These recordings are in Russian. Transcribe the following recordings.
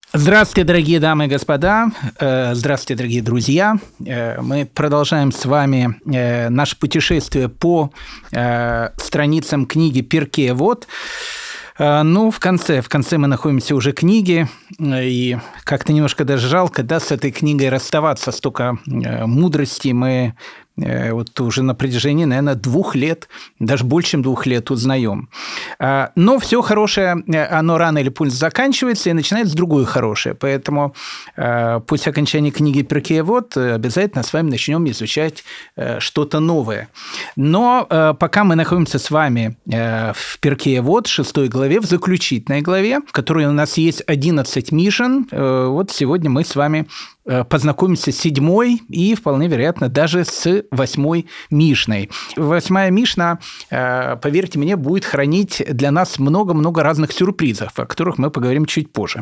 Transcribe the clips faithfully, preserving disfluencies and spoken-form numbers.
Здравствуйте, дорогие дамы и господа, здравствуйте, дорогие друзья. Мы продолжаем с вами наше путешествие по страницам книги Перкей Авот. Ну, в конце, в конце мы находимся уже книги, и как-то немножко даже жалко, да, с этой книгой расставаться. Столько мудрости мы вот уже на протяжении, наверное, двух лет, даже больше, чем двух лет узнаем. Но все хорошее, оно рано или поздно заканчивается и начинается другое хорошее. Поэтому после окончания книги Перкей Авот обязательно с вами начнем изучать что-то новое. Но пока мы находимся с вами в Перкей Авот, шестой главе, в заключительной главе, в которой у нас есть одиннадцать мишен, вот сегодня мы с вами познакомимся с седьмой и, вполне вероятно, даже с восьмой мишной. Восьмая мишна, поверьте мне, будет хранить для нас много-много разных сюрпризов, о которых мы поговорим чуть позже.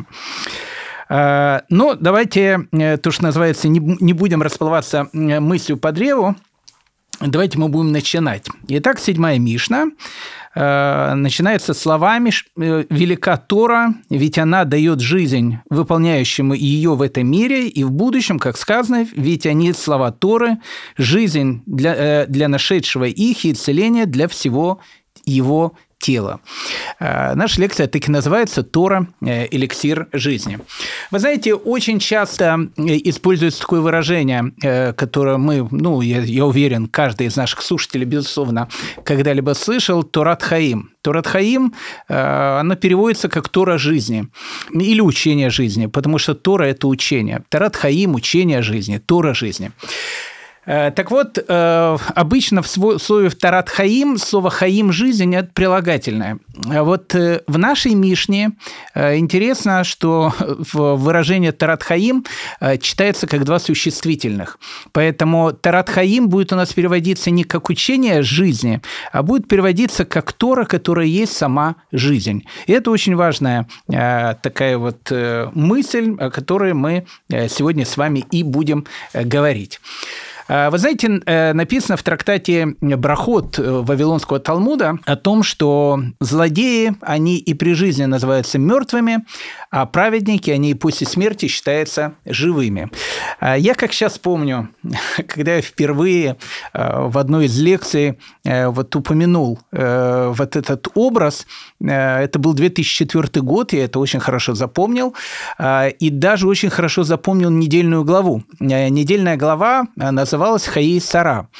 Но давайте, то, что называется, не будем расплываться мыслью по древу, давайте мы будем начинать. Итак, седьмая мишна начинается словами «Велика Тора, ведь она дает жизнь выполняющему ее в этом мире и в будущем, как сказано, ведь они, слова Торы, жизнь для, для нашедшего их и исцеление для всего его тела». Наша лекция так и называется «Тора. Эликсир жизни». Вы знаете, очень часто используется такое выражение, которое мы, ну, я, я уверен, каждый из наших слушателей, безусловно, когда-либо слышал, «Торат Хаим». «Торат Хаим», оно переводится как «Тора жизни» или «Учение жизни», потому что Тора – это учение. «Торат Хаим» – учение жизни, Тора жизни. Так вот, обычно в слове «Торат Хаим» слово «Хаим» – «жизнь» – это прилагательное. Вот в нашей Мишне интересно, что выражение «Торат Хаим» читается как два существительных. Поэтому «Торат Хаим» будет у нас переводиться не как «учение жизни», а будет переводиться как «Тора», которая есть сама жизнь. И это очень важная такая вот мысль, о которой мы сегодня с вами и будем говорить. Вы знаете, написано в трактате Брахот Вавилонского Талмуда о том, что злодеи, они и при жизни называются мертвыми, а праведники, они и после смерти считаются живыми. Я как сейчас помню, когда я впервые в одной из лекций вот упомянул вот этот образ, это был две тысячи четвёртый год, я это очень хорошо запомнил, и даже очень хорошо запомнил недельную главу. Недельная глава называлась «Хаей Сара».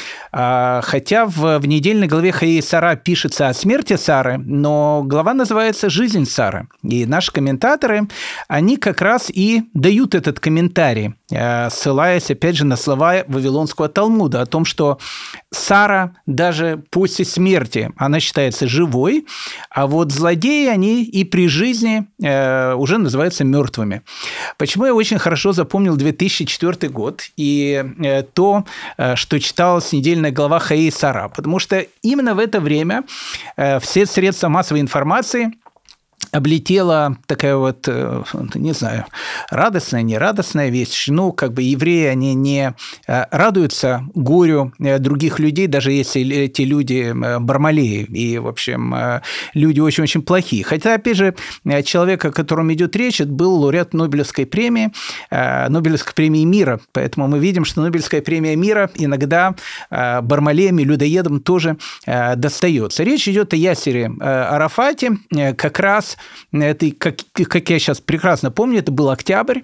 Хотя в, в недельной главе Хаей Сара пишется о смерти Сары, но глава называется «Жизнь Сары». И наши комментаторы, они как раз и дают этот комментарий, ссылаясь, опять же, на слова Вавилонского Талмуда о том, что Сара даже после смерти, она считается живой, а вот злодеи, они и при жизни уже называются мертвыми. Почему я очень хорошо запомнил две тысячи четвёртый год и то, что читалось недельная глава Хаей Сара? Потому что именно в это время все средства массовой информации облетела такая вот, не знаю, радостная, нерадостная вещь. Ну, как бы евреи, они не радуются горю других людей, даже если эти люди бармалеи и, в общем, люди очень-очень плохие. Хотя, опять же, человек, о котором идет речь, это был лауреат Нобелевской премии, Нобелевской премии мира. Поэтому мы видим, что Нобелевская премия мира иногда бармалеям и людоедам тоже достается. Речь идет о Ясере Арафате, как раз это, как, как я сейчас прекрасно помню, это был октябрь,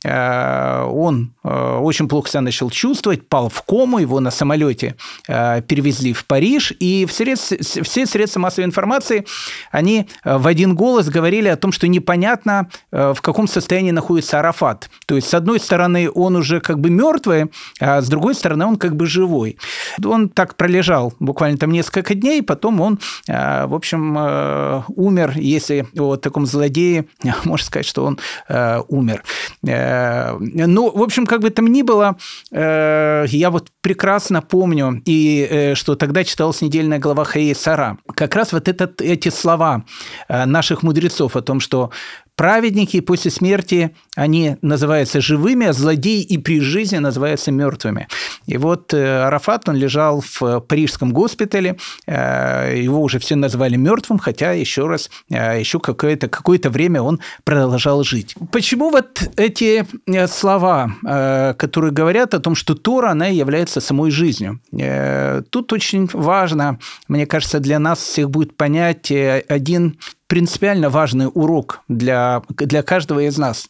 он очень плохо себя начал чувствовать, пал в кому, его на самолете перевезли в Париж, и все средства массовой информации, они в один голос говорили о том, что непонятно, в каком состоянии находится Арафат. То есть, с одной стороны, он уже как бы мертвый, а с другой стороны, он как бы живой. Он так пролежал буквально там несколько дней, потом он, в общем, умер, если о таком злодее можно сказать, что он э, умер. Э, ну, в общем, как бы там ни было, э, я вот прекрасно помню, и э, что тогда читалась недельная глава Хаей Сара. Как раз вот этот, эти слова наших мудрецов о том, что праведники после смерти, они называются живыми, а злодеи и при жизни называются мертвыми. И вот Арафат, он лежал в парижском госпитале, его уже все назвали мертвым, хотя, еще раз, еще какое-то, какое-то время он продолжал жить. Почему вот эти слова, которые говорят о том, что Тора, она является самой жизнью? Тут очень важно, мне кажется, для нас всех будет понять один принципиально важный урок для, для каждого из нас.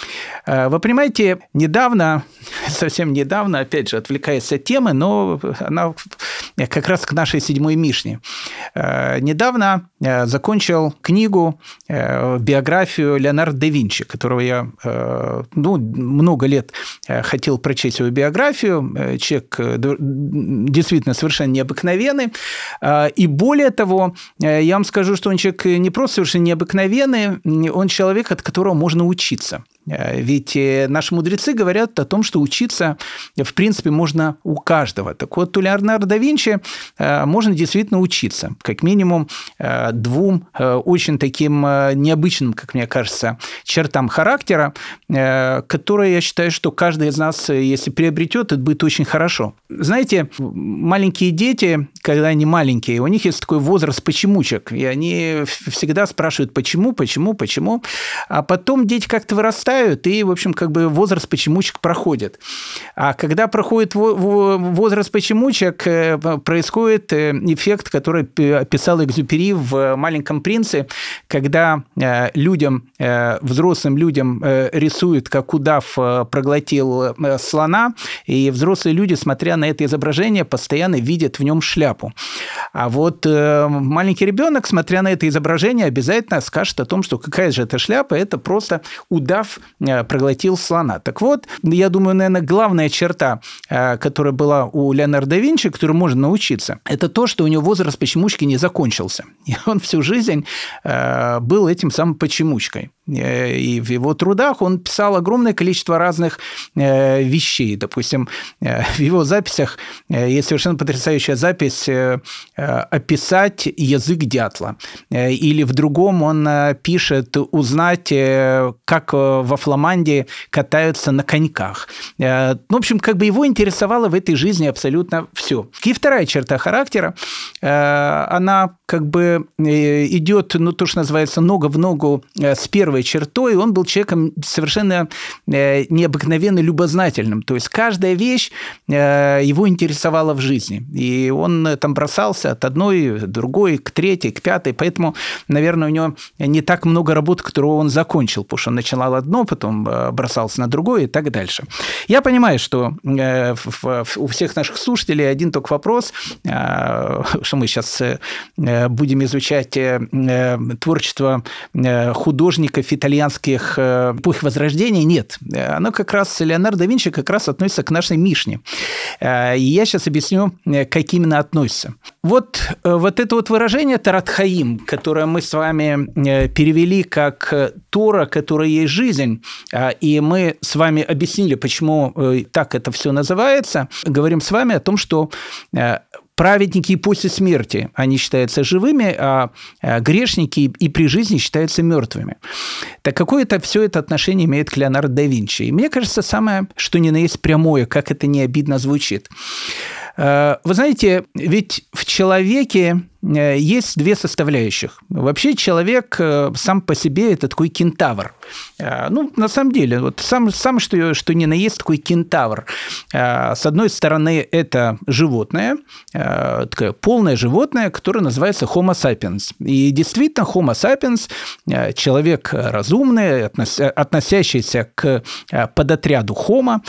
Вы понимаете, недавно, совсем недавно, опять же, отвлекаясь от темы, но она как раз к нашей седьмой Мишне. Недавно закончил книгу, биографию Леонардо да Винчи, которого я ну, много лет хотел прочесть его биографию. Человек действительно совершенно необыкновенный. И более того, я вам скажу, что он человек не просто совершенно необыкновенный, он человек, от которого можно учиться. Ведь наши мудрецы говорят о том, что учиться, в принципе, можно у каждого. Так вот, у Леонардо да Винчи можно действительно учиться. Как минимум двум очень таким необычным, как мне кажется, чертам характера, которые, я считаю, что каждый из нас, если приобретет, это будет очень хорошо. Знаете, маленькие дети, когда они маленькие, у них есть такой возраст почемучек, и они всегда спрашивают, почему, почему, почему. А потом дети как-то вырастают, и, в общем, как бы возраст почемучек проходит. А когда проходит возраст почемучек, происходит эффект, который описал Экзюпери в «Маленьком принце», когда людям, взрослым людям рисуют, как удав проглотил слона, и взрослые люди, смотря на это изображение, постоянно видят в нем шляпу. А вот маленький ребенок, смотря на это изображение, обязательно скажет о том, что какая же это шляпа, это просто удав проглотил слона. Так вот, я думаю, наверное, главная черта, которая была у Леонардо да Винчи, которой можно научиться, это то, что у него возраст почемучки не закончился. И он всю жизнь был этим самым почемучкой. И в его трудах он писал огромное количество разных вещей. Допустим, в его записях есть совершенно потрясающая запись «Описать язык дятла». Или в другом он пишет «Узнать, как во Фламандии катаются на коньках». В общем, как бы его интересовало в этой жизни абсолютно все. И вторая черта характера, она как бы идет, ну, то, что называется, нога в ногу с первой чертой. Он был человеком совершенно необыкновенно любознательным. То есть каждая вещь его интересовала в жизни. И он там бросался от одной, другой, к третьей, к пятой. Поэтому, наверное, у него не так много работ, которую он закончил, потому что он начинал одно, потом бросался на другое и так дальше. Я понимаю, что у всех наших слушателей один только вопрос, что мы сейчас будем изучать творчество художников итальянских эпохи Возрождения. Нет, оно как раз, Леонардо да Винчи как раз относится к нашей Мишне. И я сейчас объясню, как именно относится. Вот, вот это вот выражение «Торат Хаим», которое мы с вами перевели как «Тора, которая есть жизнь», и мы с вами объяснили, почему так это все называется, говорим с вами о том, что праведники и после смерти, они считаются живыми, а грешники и при жизни считаются мертвыми. Так какое это все это отношение имеет к Леонардо да Винчи? И мне кажется, самое, что ни на есть прямое, как это не обидно звучит. Вы знаете, ведь в человеке есть две составляющих. Вообще человек сам по себе – это такой кентавр. Ну, на самом деле, вот сам, сам что, что ни на есть такой кентавр. С одной стороны, это животное, такое полное животное, которое называется Homo sapiens. И действительно, Homo sapiens – человек разумный, относящийся к подотряду Homo.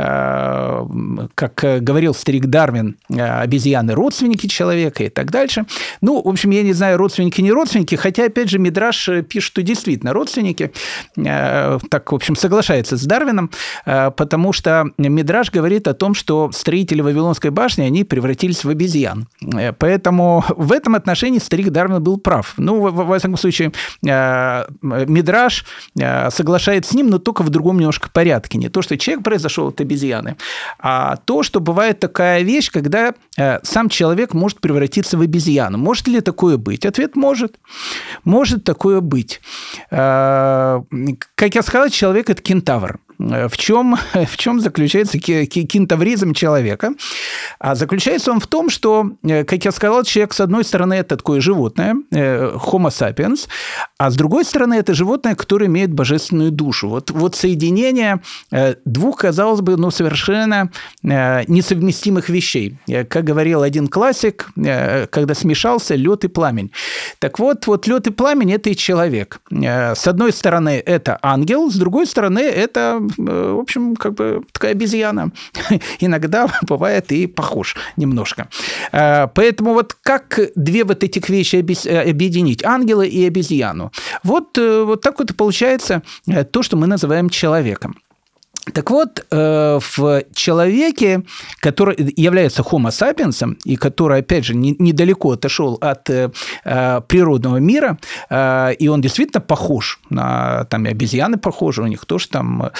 Как говорил старик Дарвин, обезьяны – родственники человека и так дальше. Ну, в общем, я не знаю, родственники, не родственники, хотя, опять же, Мидраш пишет, что действительно родственники, так, в общем, соглашается с Дарвином, потому что Мидраш говорит о том, что строители Вавилонской башни, они превратились в обезьян. Поэтому в этом отношении старик Дарвин был прав. Ну, во всяком случае, Мидраш соглашается с ним, но только в другом немножко порядке. Не то, что человек произошел от обезьяны, а то, что бывает такая вещь, когда сам человек может превратиться в обезьяну. Может ли такое быть? Ответ – может. Может такое быть. Как я сказал, человек – это кентавр. В чем, в чем заключается кентавризм человека? А заключается он в том, что, как я сказал, человек, с одной стороны, это такое животное, Homo sapiens, а с другой стороны, это животное, которое имеет божественную душу. Вот, вот соединение двух, казалось бы, ну, совершенно несовместимых вещей. Как говорил один классик, когда смешался лед и пламень. Так вот, вот лед и пламень – это и человек. С одной стороны, это ангел, с другой стороны, это, в общем, как бы такая обезьяна. Иногда бывает и похож немножко. Поэтому вот как две вот этих вещи объединить? Ангела и обезьяну. Вот, вот так вот и получается то, что мы называем человеком. Так вот, в человеке, который является Homo sapiens, и который, опять же, недалеко отошел от природного мира, и он действительно похож на там, обезьяны похожи, у них тоже там...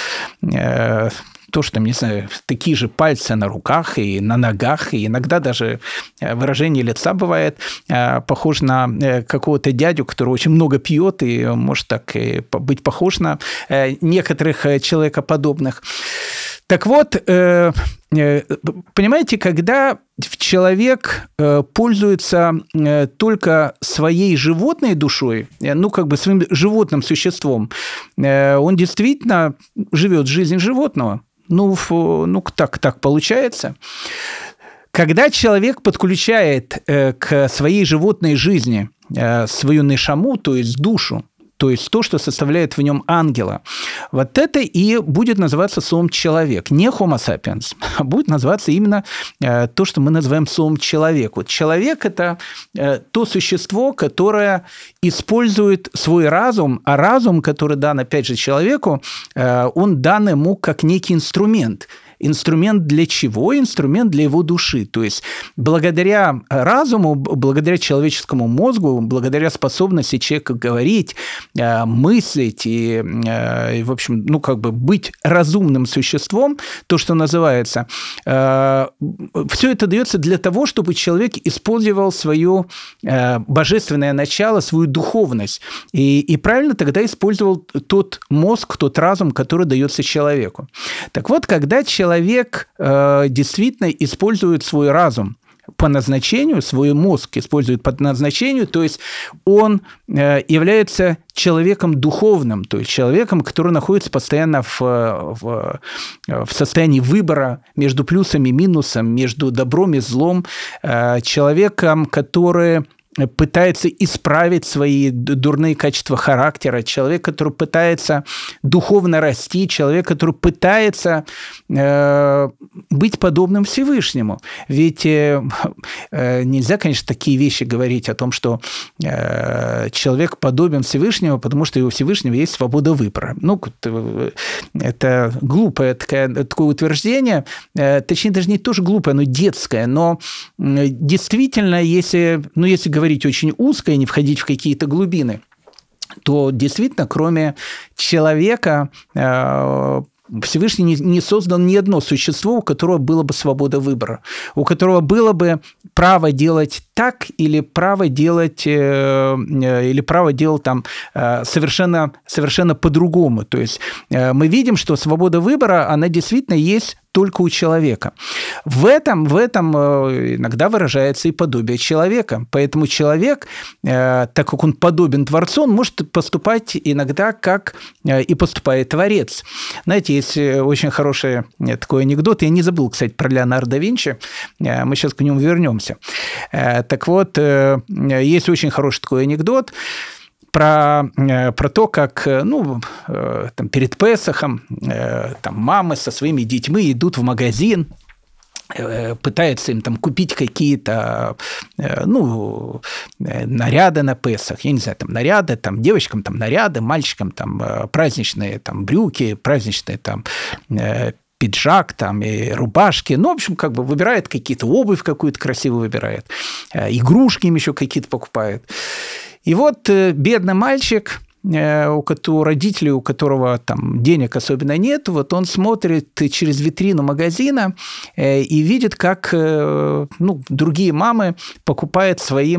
то, что, не знаю, такие же пальцы на руках и на ногах, и иногда даже выражение лица бывает похоже на какого-то дядю, который очень много пьет и может так и быть похож на некоторых человекоподобных. Так вот, понимаете, когда человек пользуется только своей животной душой, ну, как бы своим животным существом, он действительно живет жизнь животного. Ну, ну так, так получается. Когда человек подключает к своей животной жизни свою нешаму, то есть душу, то есть то, что составляет в нем ангела, вот это и будет называться словом «человек». Не Homo sapiens, а будет называться именно то, что мы называем словом «человек». Вот человек – это то существо, которое использует свой разум, а разум, который дан, опять же, человеку, он дан ему как некий инструмент. Инструмент для чего? Инструмент для его души. То есть благодаря разуму, благодаря человеческому мозгу, благодаря способности человека говорить, мыслить и, и в общем, ну, как бы быть разумным существом, то, что называется, все это дается для того, чтобы человек использовал свое божественное начало, свою духовность. И, и правильно тогда использовал тот мозг, тот разум, который дается человеку. Так вот, когда человек Человек э, действительно использует свой разум по назначению, свой мозг использует по назначению, то есть он э, является человеком духовным, то есть человеком, который находится постоянно в, в, в состоянии выбора между плюсом и минусом, между добром и злом, э, человеком, который пытается исправить свои дурные качества характера, человек, который пытается духовно расти, человек, который пытается э, быть подобным Всевышнему. Ведь э, э, нельзя, конечно, такие вещи говорить о том, что э, человек подобен Всевышнему, потому что у Всевышнего есть свобода выбора. Ну, это глупое такое, такое утверждение, э, точнее, даже не тоже глупое, но детское, но действительно, если, ну, если говорить говорить очень узко и не входить в какие-то глубины, то действительно, кроме человека, Всевышний не создал ни одно существо, у которого была бы свобода выбора, у которого было бы право делать так или право делать, или право делать там совершенно, совершенно по-другому. То есть мы видим, что свобода выбора, она действительно есть только у человека. В этом, в этом иногда выражается и подобие человека. Поэтому человек, так как он подобен Творцу, он может поступать иногда, как и поступает Творец. Знаете, есть очень хороший такой анекдот. Я не забыл, кстати, про Леонардо да Винчи. Мы сейчас к нему вернемся. Так вот, есть очень хороший такой анекдот про, про то, как ну, там, перед Песахом там, мамы со своими детьми идут в магазин, пытаются им там купить какие-то ну, наряды на Песах, я не знаю, там наряды, там девочкам там наряды, мальчикам там праздничные там брюки, праздничные там пиджак там и рубашки, ну, в общем, как бы выбирает какие-то, обувь какую-то красивую выбирает, игрушки им еще какие-то покупает. И вот бедный мальчик, у которого, родителей, у которого там денег особенно нет, вот он смотрит через витрину магазина и видит, как ну, другие мамы покупают своим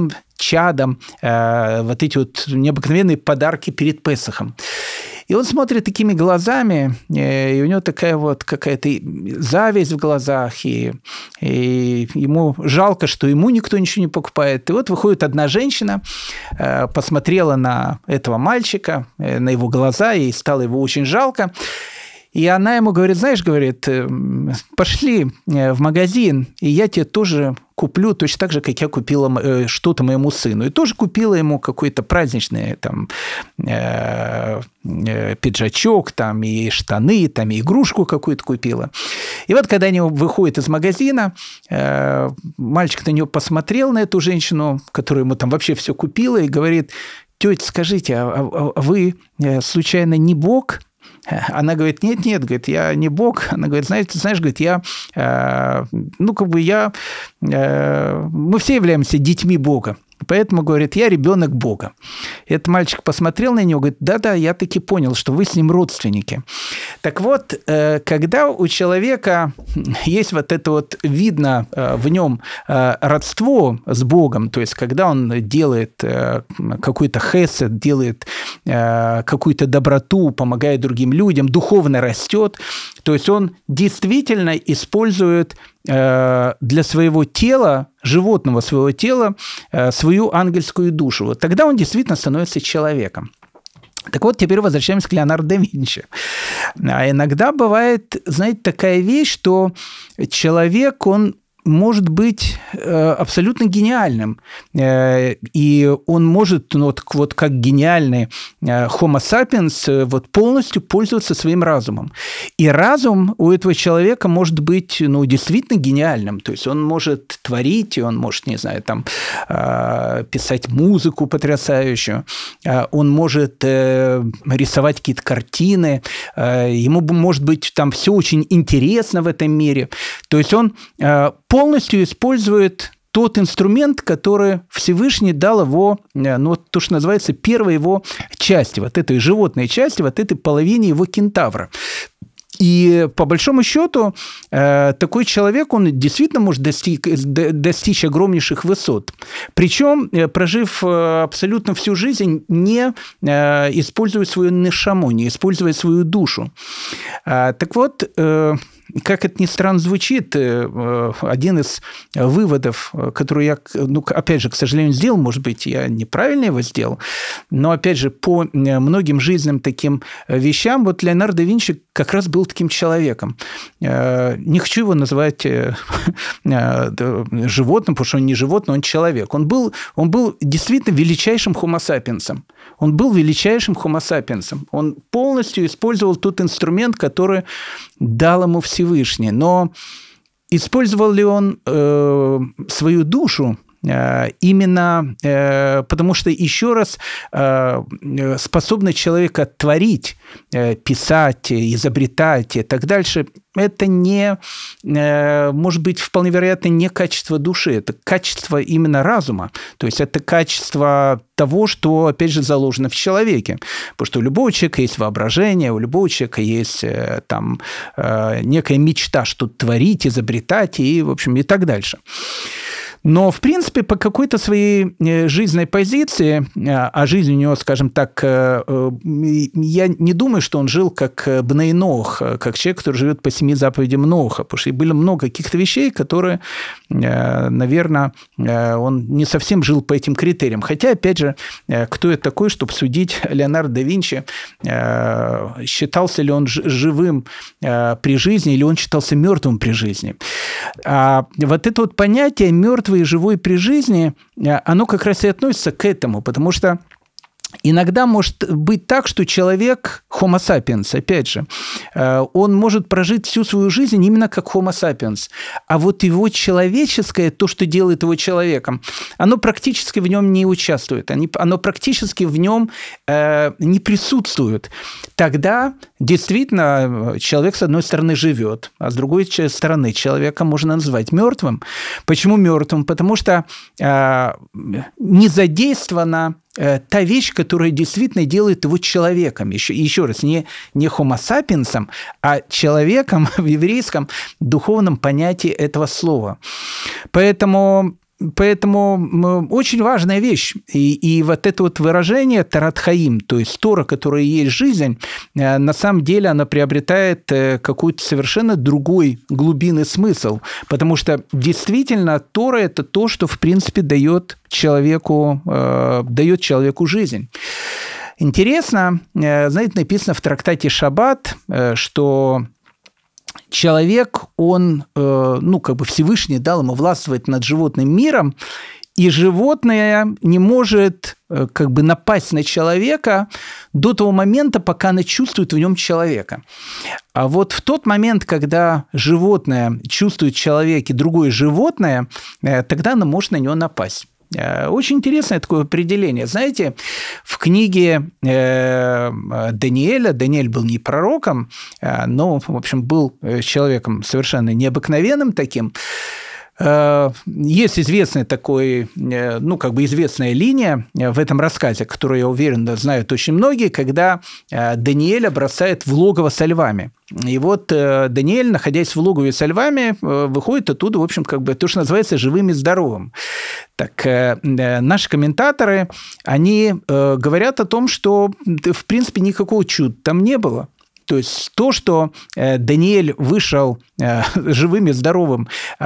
чадом, вот эти вот необыкновенные подарки перед Песахом. И он смотрит такими глазами, и у него такая вот какая-то зависть в глазах, и, и ему жалко, что ему никто ничего не покупает. И вот выходит одна женщина, посмотрела на этого мальчика, на его глаза, и стало его очень жалко. И она ему говорит, знаешь, говорит, пошли в магазин, и я тебе тоже куплю точно так же, как я купила что-то моему сыну. И тоже купила ему какой-то праздничный там, э, э, пиджачок, там, и штаны, там, и игрушку какую-то купила. И вот когда они выходят из магазина, э, мальчик на нее посмотрел, на эту женщину, которая ему там вообще все купила, и говорит, тетя, скажите, а, а, а вы случайно не Бог? Она говорит, нет, нет, говорит, я не Бог. Она говорит, знаете, знаешь, говорит, я, э, ну, как бы я, э, мы все являемся детьми Бога. Поэтому, говорит, я ребенок Бога. И этот мальчик посмотрел на него, говорит, да-да, я таки понял, что вы с ним родственники. Так вот, когда у человека есть вот это вот, видно в нем родство с Богом, то есть когда он делает какой-то хесед, делает какую-то доброту, помогает другим людям, духовно растет, то есть он действительно использует для своего тела, животного своего тела, свою ангельскую душу. Вот тогда он действительно становится человеком. Так вот, теперь возвращаемся к Леонардо да Винчи. А иногда бывает, знаете, такая вещь, что человек, он может быть абсолютно гениальным. И он может, ну, вот, вот как гениальный Homo sapiens, вот полностью пользоваться своим разумом. И разум у этого человека может быть, ну, действительно гениальным. То есть он может творить, и он может, не знаю, там, писать музыку потрясающую, он может рисовать какие-то картины, ему может быть там все очень интересно в этом мире. То есть он полностью использует тот инструмент, который Всевышний дал его, ну, то, что называется, первой его части, вот этой животной части, вот этой половине его кентавра. И по большому счету такой человек, он действительно может достичь, достичь огромнейших высот. Причем, прожив абсолютно всю жизнь, не используя свою нешаму, не используя свою душу. Так вот, как это ни странно звучит, один из выводов, который я, ну, опять же, к сожалению, сделал, может быть, я неправильно его сделал, но, опять же, по многим жизненным таким вещам, вот Леонардо да Винчи как раз был таким человеком. Не хочу его называть животным, потому что он не животное, он человек. Он был, он был действительно величайшим Homo sapiens. Он был величайшим Homo sapiens. Он полностью использовал тот инструмент, который дал ему Всевышний. Но использовал ли он э, свою душу? Именно потому что, еще раз, способность человека творить, писать, изобретать и так дальше, это не, может быть, вполне вероятно, не качество души, это качество именно разума. То есть это качество того, что, опять же, заложено в человеке. Потому что у любого человека есть воображение, у любого человека есть там некая мечта что-то творить, изобретать и, в общем, и так дальше. Но, в принципе, по какой-то своей жизненной позиции, а жизнь у него, скажем так, я не думаю, что он жил как Бней Ноах, как человек, который живет по семи заповедям Ноаха, потому что было много каких-то вещей, которые, наверное, он не совсем жил по этим критериям. Хотя, опять же, кто я такой, чтобы судить Леонардо да Винчи, считался ли он живым при жизни или он считался мертвым при жизни. А вот это вот понятие «мертвый и живой при жизни», оно как раз и относится к этому, потому что иногда может быть так, что человек, Homo sapiens, опять же, он может прожить всю свою жизнь именно как Homo sapiens, а вот его человеческое, то, что делает его человеком, оно практически в нем не участвует, оно практически в нем не присутствует. Тогда действительно человек, с одной стороны, живет, а с другой стороны человека можно назвать мертвым. Почему мертвым? Потому что не задействована та вещь, которая действительно делает его человеком. Еще, еще раз, не, не homo sapiens, а человеком в еврейском духовном понятии этого слова. Поэтому Поэтому очень важная вещь. И, и вот это вот выражение «Торат Хаим», то есть Тора, которая есть жизнь, на самом деле она приобретает какой-то совершенно другой глубинный смысл. Потому что действительно Тора – это то, что, в принципе, дает человеку, дает человеку жизнь. Интересно, знаете, написано в трактате «Шаббат», что человек, он, ну, как бы Всевышний дал ему властвовать над животным миром, и животное не может как бы напасть на человека до того момента, пока оно чувствует в нем человека. А вот в тот момент, когда животное чувствует в человеке другое животное, тогда оно может на него напасть. Очень интересное такое определение. Знаете, в книге Даниэля, Даниэль был не пророком, но, в общем, был человеком совершенно необыкновенным таким. Есть известная такой, ну, как бы известная линия в этом рассказе, которую, я уверен, знают очень многие, когда Даниэля бросает в логово со львами. И вот Даниэль, находясь в логове со львами, выходит оттуда, в общем, как бы то, что называется, живым и здоровым. Так наши комментаторы, они говорят о том, что, в принципе, никакого чуда там не было. То есть то, что Даниэль вышел живым и здоровым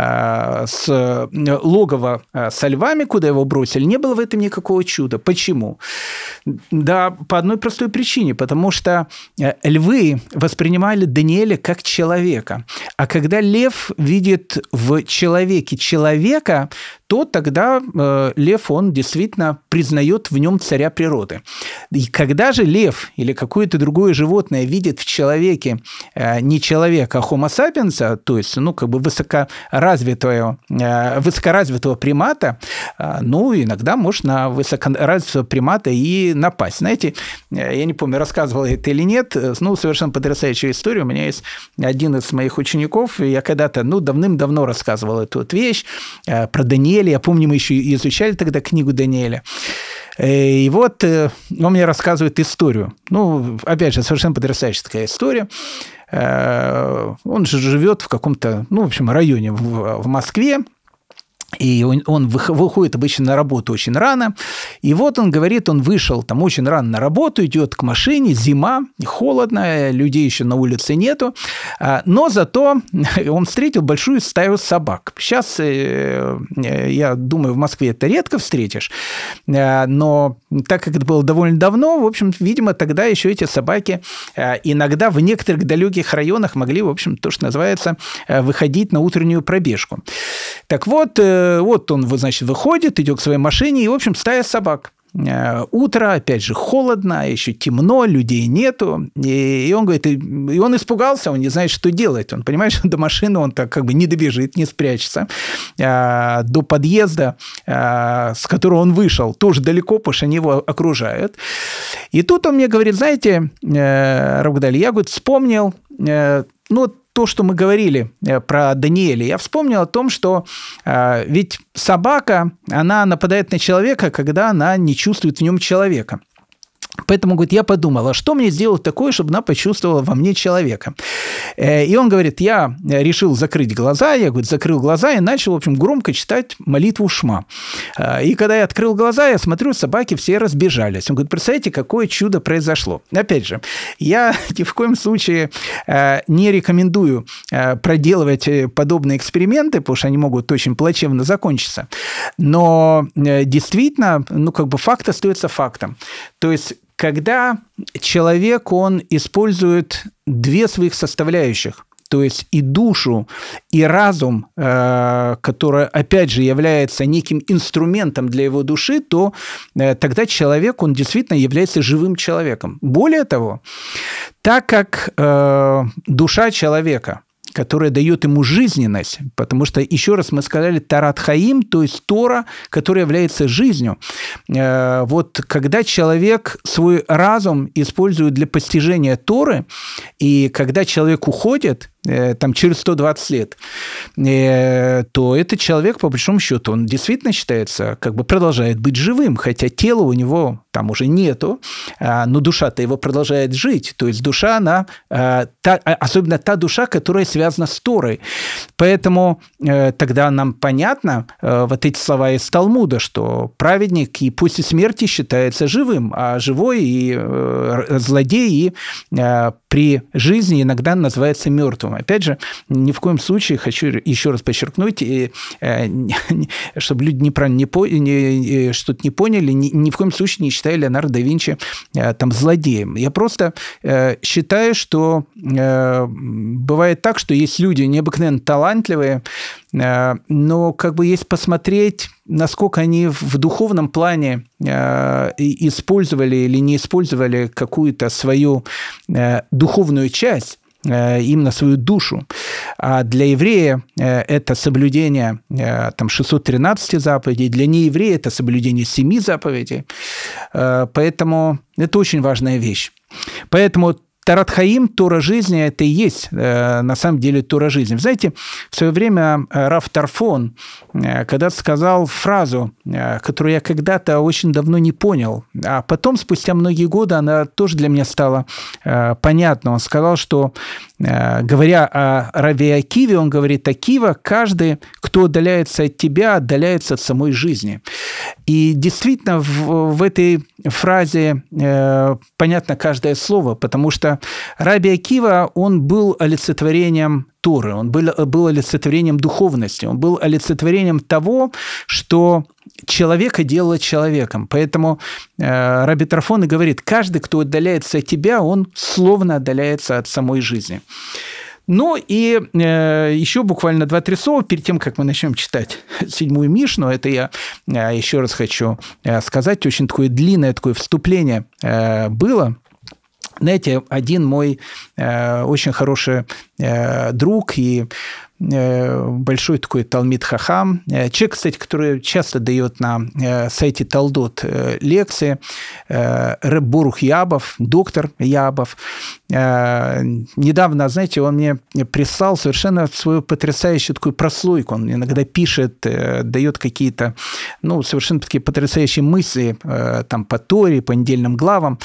с логова со львами, куда его бросили, не было в этом никакого чуда. Почему? Да, по одной простой причине. Потому что львы воспринимали Даниэля как человека. А когда лев видит в человеке человека, то тогда лев, он действительно признает в нем царя природы. И когда же лев или какое-то другое животное видит в человеке не человека, а homo sapiens, то есть, ну, как бы высокоразвитого, высокоразвитого примата, ну, иногда может на высокоразвитого примата и напасть. Знаете, я не помню, рассказывал это или нет, ну, совершенно потрясающая история. У меня есть один из моих учеников, и я когда-то, ну, давным-давно рассказывал эту вот вещь про Даниэля. Я помню, мы еще изучали тогда книгу Даниэля. И вот он мне рассказывает историю. Ну, опять же, совершенно потрясающая такая история. Он же живет в каком-то, ну, в общем, районе в Москве. И он, он выходит обычно на работу очень рано. И вот он говорит, он вышел там очень рано на работу, идет к машине, зима, холодно, людей еще на улице нету. Но зато он встретил большую стаю собак. Сейчас, я думаю, в Москве это редко встретишь. Но так как это было довольно давно, в общем, видимо, тогда еще эти собаки иногда в некоторых далеких районах могли, в общем, то, что называется, выходить на утреннюю пробежку. Так вот, вот он, значит, выходит, идет к своей машине, и, в общем, стая собак. Утро, опять же, холодно, еще темно, людей нету. И он говорит, и он испугался, он не знает, что делать. Он понимает, что до машины он так как бы не добежит, не спрячется. До подъезда, с которого он вышел, тоже далеко, потому что они его окружают. И тут он мне говорит, знаете, Равгадаль, я, говорит, вспомнил, ну, то, что мы говорили про Даниэля, я вспомнил о том, что э, ведь собака, она нападает на человека, когда она не чувствует в нем человека. Поэтому, говорит, я подумал, а что мне сделать такое, чтобы она почувствовала во мне человека? И он говорит, я решил закрыть глаза, я, говорит, закрыл глаза и начал, в общем, громко читать молитву Шма. И когда я открыл глаза, я смотрю, собаки все разбежались. Он говорит, представляете, какое чудо произошло. Опять же, я ни в коем случае не рекомендую проделывать подобные эксперименты, потому что они могут очень плачевно закончиться. Но действительно, ну, как бы факт остается фактом. То есть, когда человек, он использует две своих составляющих, то есть и душу, и разум, который, опять же, является неким инструментом для его души, то тогда человек, он действительно является живым человеком. Более того, так как душа человека, которая дает ему жизненность, потому что, еще раз мы сказали, Торат Хаим, то есть Тора, которая является жизнью. Вот когда человек свой разум использует для постижения Торы, и когда человек уходит, там, через сто двадцать лет, то этот человек, по большому счету, он действительно считается, как бы продолжает быть живым, хотя тела у него там уже нету, но душа-то его продолжает жить. То есть душа, она, та, особенно та душа, которая связана с Торой. Поэтому тогда нам понятно вот эти слова из Талмуда, что праведник и после смерти считается живым, а живой и злодей и при жизни иногда называется мертвым. Опять же, ни в коем случае, хочу еще раз подчеркнуть, и, чтобы люди неправильно не, по, не, что-то не поняли, ни, ни в коем случае не считаю Леонардо да Винчи там, злодеем. Я просто считаю, что бывает так, что есть люди необыкновенно талантливые, но как бы есть посмотреть, насколько они в духовном плане использовали или не использовали какую-то свою духовную часть, именно свою душу. А для еврея это соблюдение там, шестисот тринадцати заповедей, для нееврея это соблюдение семи заповедей. Поэтому это очень важная вещь. Поэтому Торат Хаим, Тора жизни, это и есть на самом деле Тора жизни. Вы знаете, в свое время Рав Тарфон когда-то сказал фразу, которую я когда-то очень давно не понял, а потом, спустя многие годы, она тоже для меня стала понятна. Он сказал, что, говоря о Раве Акиве, он говорит: «Акива, каждый, кто отдаляется от тебя, отдаляется от самой жизни». И действительно, в, в этой фразе э, понятно каждое слово, потому что Раби Акива, он был олицетворением Торы, он был, был олицетворением духовности, он был олицетворением того, что человека делало человеком. Поэтому э, Раби Тарфон и говорит: каждый, кто отдаляется от тебя, он словно отдаляется от самой жизни. Ну и э, еще буквально два-три слова перед тем, как мы начнем читать седьмую Мишну. Это я э, еще раз хочу э, сказать. Очень такое длинное такое вступление э, было. Знаете, один мой э, очень хороший э, друг и э, большой такой Талмид Хахам, э, человек, кстати, который часто дает на э, сайте Талдот э, лекции, э, Реб Борух Ябов, доктор Ябов. Э, недавно, знаете, он мне прислал совершенно свою потрясающую такую прослойку. Он иногда пишет, э, дает какие-то, ну, совершенно такие потрясающие мысли э, там по Торе, по недельным главам.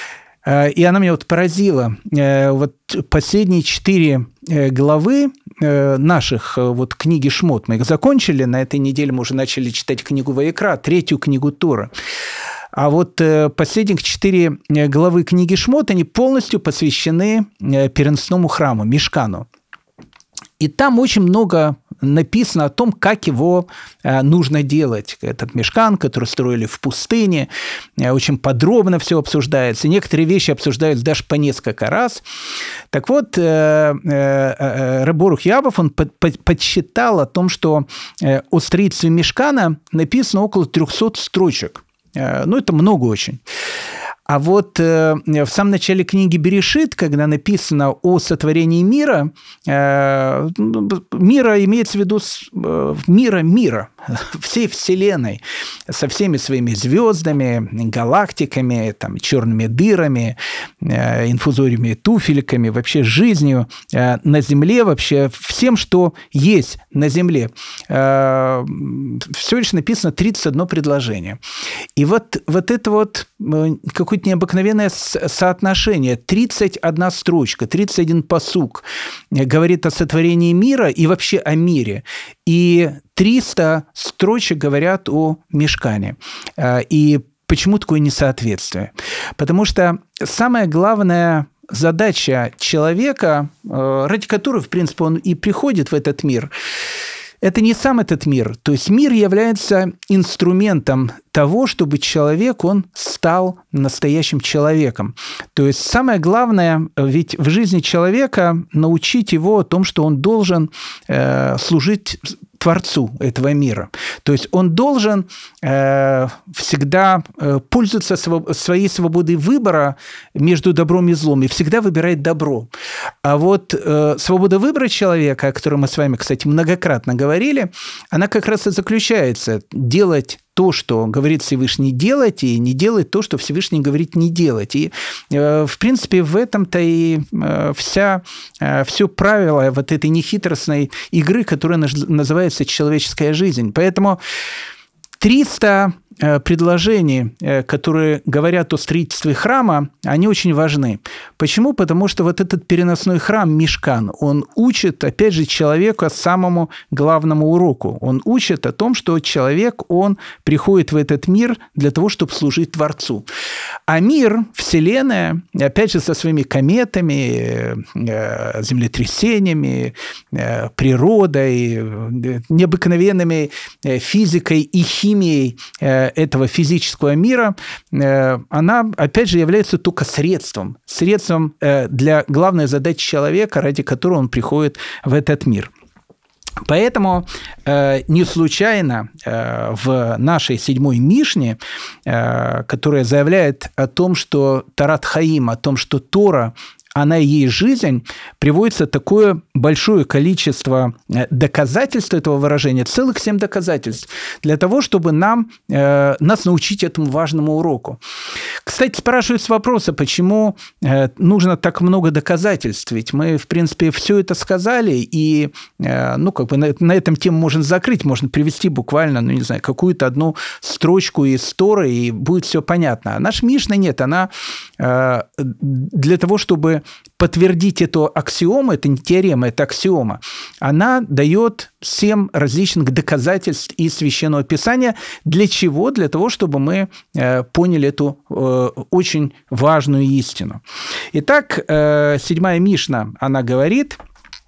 И она меня вот поразила. Вот последние четыре главы наших вот книги Шмот, мы их закончили, на этой неделе мы уже начали читать книгу Ваикра, третью книгу Тора. А вот последние четыре главы книги Шмот, они полностью посвящены переносному храму, Мишкану. И там очень много написано о том, как его нужно делать. Этот мишкан, который строили в пустыне, очень подробно все обсуждается. Некоторые вещи обсуждаются даже по несколько раз. Так вот, Реб Борух Ябов, он подсчитал о том, что о строительстве мишкана написано около трехсот строчек. Ну, это много очень. А вот э, в самом начале книги Берешит, когда написано о сотворении мира, э, мира имеется в виду э, мира мира, всей Вселенной, со всеми своими звездами, галактиками, там, черными дырами, э, инфузориями, туфельками, вообще жизнью э, на Земле, вообще всем, что есть на Земле. Э, все лишь написано тридцать одно предложение. И вот, вот это вот э, какой-то необыкновенное соотношение. тридцать одна строчка, тридцать один пасук говорит о сотворении мира и вообще о мире. И триста строчек говорят о мишкане. И почему такое несоответствие? Потому что самая главная задача человека, ради которой, в принципе, он и приходит в этот мир, это не сам этот мир. То есть мир является инструментом того, чтобы человек, он стал настоящим человеком. То есть самое главное ведь в жизни человека научить его о том, что он должен э, служить Творцу этого мира. То есть он должен э, всегда э, пользоваться своб- своей свободой выбора между добром и злом, и всегда выбирать добро. А вот э, свобода выбора человека, о которой мы с вами, кстати, многократно говорили, она как раз и заключается делать то, что говорит Всевышний делать, и не делать то, что Всевышний говорит не делать. И, в принципе, в этом-то и вся, все правило вот этой нехитростной игры, которая называется человеческая жизнь. Поэтому триста предложений, которые говорят о строительстве храма, они очень важны. Почему? Потому что вот этот переносной храм Мишкан, он учит, опять же, человека самому главному уроку. Он учит о том, что человек, он приходит в этот мир для того, чтобы служить Творцу. А мир, Вселенная, опять же, со своими кометами, землетрясениями, природой, необыкновенными физикой и химией этого физического мира, она, опять же, является только средством, средством для главной задачи человека, ради которой он приходит в этот мир. Поэтому э, не случайно э, в нашей седьмой Мишне, э, которая заявляет о том, что Торат Хаим, о том, что Тора, она и есть жизнь, приводится такое большое количество доказательств этого выражения, целых семь доказательств, для того, чтобы нам, э, нас научить этому важному уроку. Кстати, спрашивают с вопроса, почему э, нужно так много доказательств, ведь мы, в принципе, все это сказали, и э, ну, как бы на, на этом тему можно закрыть, можно привести буквально, ну, не знаю, какую-то одну строчку из Торы, и будет все понятно. А наша Мишна нет, она э, для того, чтобы подтвердить эту аксиому, это не теорема, это аксиома, она дает семь различных доказательств из Священного Писания. Для чего? Для того, чтобы мы поняли эту очень важную истину. Итак, седьмая Мишна, она говорит: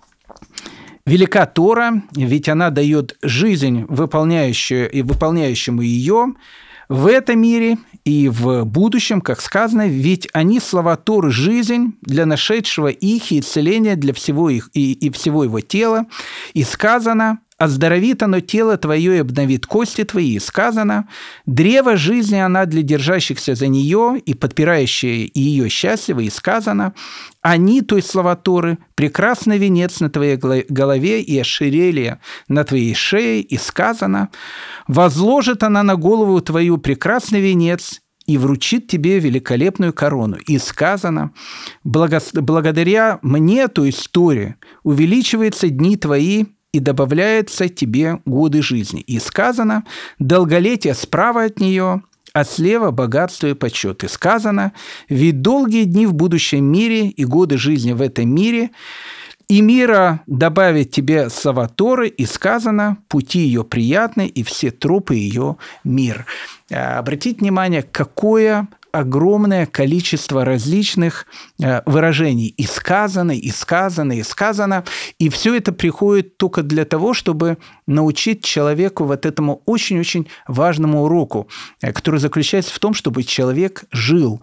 «Велика Тора, ведь она дает жизнь выполняющую и выполняющему ее в этом мире и в будущем, как сказано, ведь они, слова Торы, жизнь для нашедшего их и исцеление для всего их и, и всего его тела. И сказано: оздоровит оно тело твое и обновит кости твои. И сказано: древо жизни она для держащихся за нее и подпирающие ее счастливы. И сказано: они, то есть слова Торы, прекрасный венец на твоей голове и ошерелье на твоей шее. И сказано: возложит она на голову твою прекрасный венец и вручит тебе великолепную корону. И сказано: благодаря мне, то есть Торе, увеличиваются дни твои, и добавляются тебе годы жизни. И сказано: долголетие справа от нее, а слева богатство и почет. И сказано: ведь долгие дни в будущем мире и годы жизни в этом мире, и мира добавит тебе слова Торы, и сказано: пути ее приятны, и все тропы ее мир». Обратите внимание, какое огромное количество различных выражений. И сказано, и сказано, и сказано. И все это приходит только для того, чтобы научить человеку вот этому очень-очень важному уроку, который заключается в том, чтобы человек жил.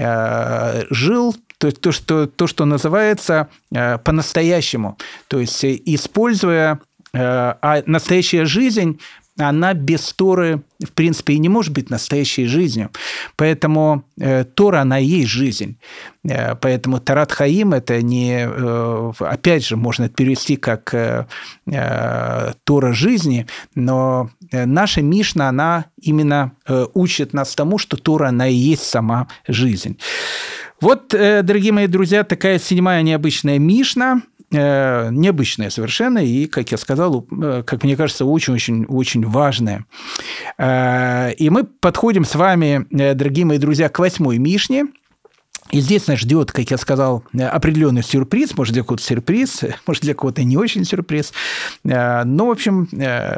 Жил то, то, что, то, что называется по-настоящему. То есть, используя... А настоящая жизнь, она без Торы, в принципе, и не может быть настоящей жизнью. Поэтому э, Тора, она и есть жизнь. Э, поэтому Торат Хаим – это не… Э, опять же, можно это перевести как э, э, Тора жизни, но наша Мишна, она именно э, учит нас тому, что Тора, она и есть сама жизнь. Вот, э, дорогие мои друзья, такая седьмая необычная Мишна, необычная совершенно и, как я сказал, как мне кажется, очень-очень-очень важная. И мы подходим с вами, дорогие мои друзья, к восьмой Мишне. И здесь нас ждет, как я сказал, определенный сюрприз. Может, для кого-то сюрприз, может, для кого-то не очень сюрприз. Но, в общем,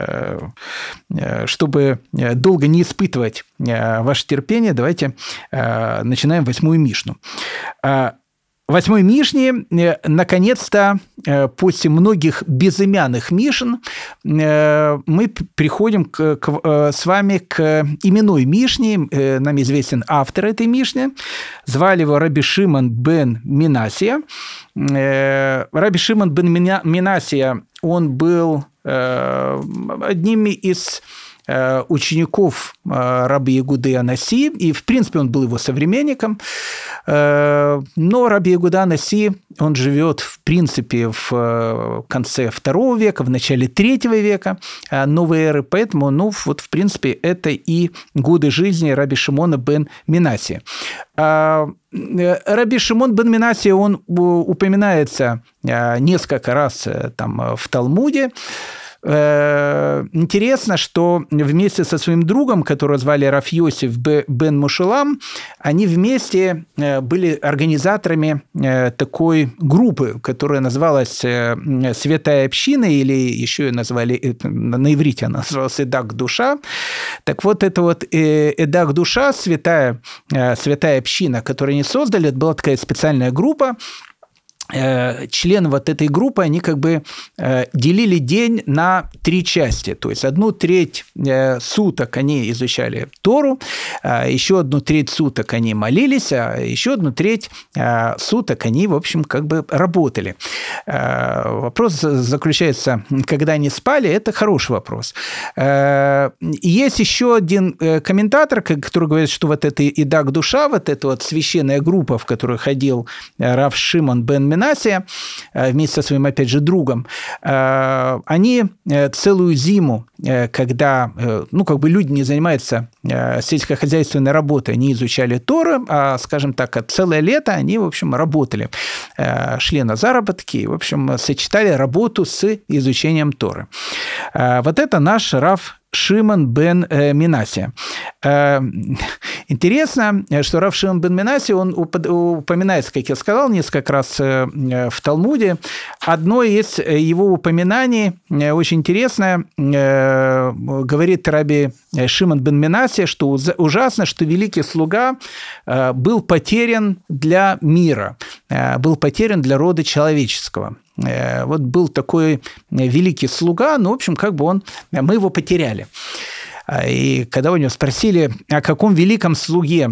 чтобы долго не испытывать ваше терпение, давайте начинаем восьмую Мишну. В восьмой Мишне, наконец-то, после многих безымянных Мишен, мы приходим к, к, с вами к именной Мишне. Нам известен автор этой Мишны. Звали его Раби Шимон бен Минасия. Раби Шимон бен Минасия, он был одним из учеников раби Ягуды Анаси, и, в принципе, он был его современником. Но раби Ягуда Анаси, он живет, в принципе, в конце второго века, в начале третьего века новой эры, поэтому, ну, вот, в принципе, это и годы жизни раби Шимона бен Минасия. Раби Шимон бен Минасия, он упоминается несколько раз там в Талмуде. Интересно, что вместе со своим другом, которого звали Рав Йосиф бен Мушелам, они вместе были организаторами такой группы, которая называлась «Святая община», или еще ее назвали, на иврите она называлась «Эдак душа». Так вот, это вот «Эдак душа», святая, святая община, которую они создали, это была такая специальная группа. Члены вот этой группы, они как бы делили день на три части. То есть одну треть суток они изучали Тору, еще одну треть суток они молились, а еще одну треть суток они, в общем, как бы работали. Вопрос заключается, когда они спали, это хороший вопрос. Есть еще один комментатор, который говорит, что вот эта «Эдак душа», вот эта вот священная группа, в которую ходил Рав Шимон бен Минасия вместе со своим, опять же, другом, они целую зиму, когда, ну, как бы люди не занимаются сельскохозяйственной работой, они изучали Тору, а, скажем так, целое лето они, в общем, работали, шли на заработки и, в общем, сочетали работу с изучением Торы. Вот это наш Рав Шимон бен Минасия. Интересно, что Рав Шимон бен Минасия, он упоминается, как я сказал, несколько раз в Талмуде. Одно из его упоминаний, очень интересное, говорит раби Шимон бен Минасия, что ужасно, что великий слуга был потерян для мира, был потерян для рода человеческого. Вот был такой великий слуга, ну, в общем, как бы он, мы его потеряли. И когда у него спросили, о каком великом слуге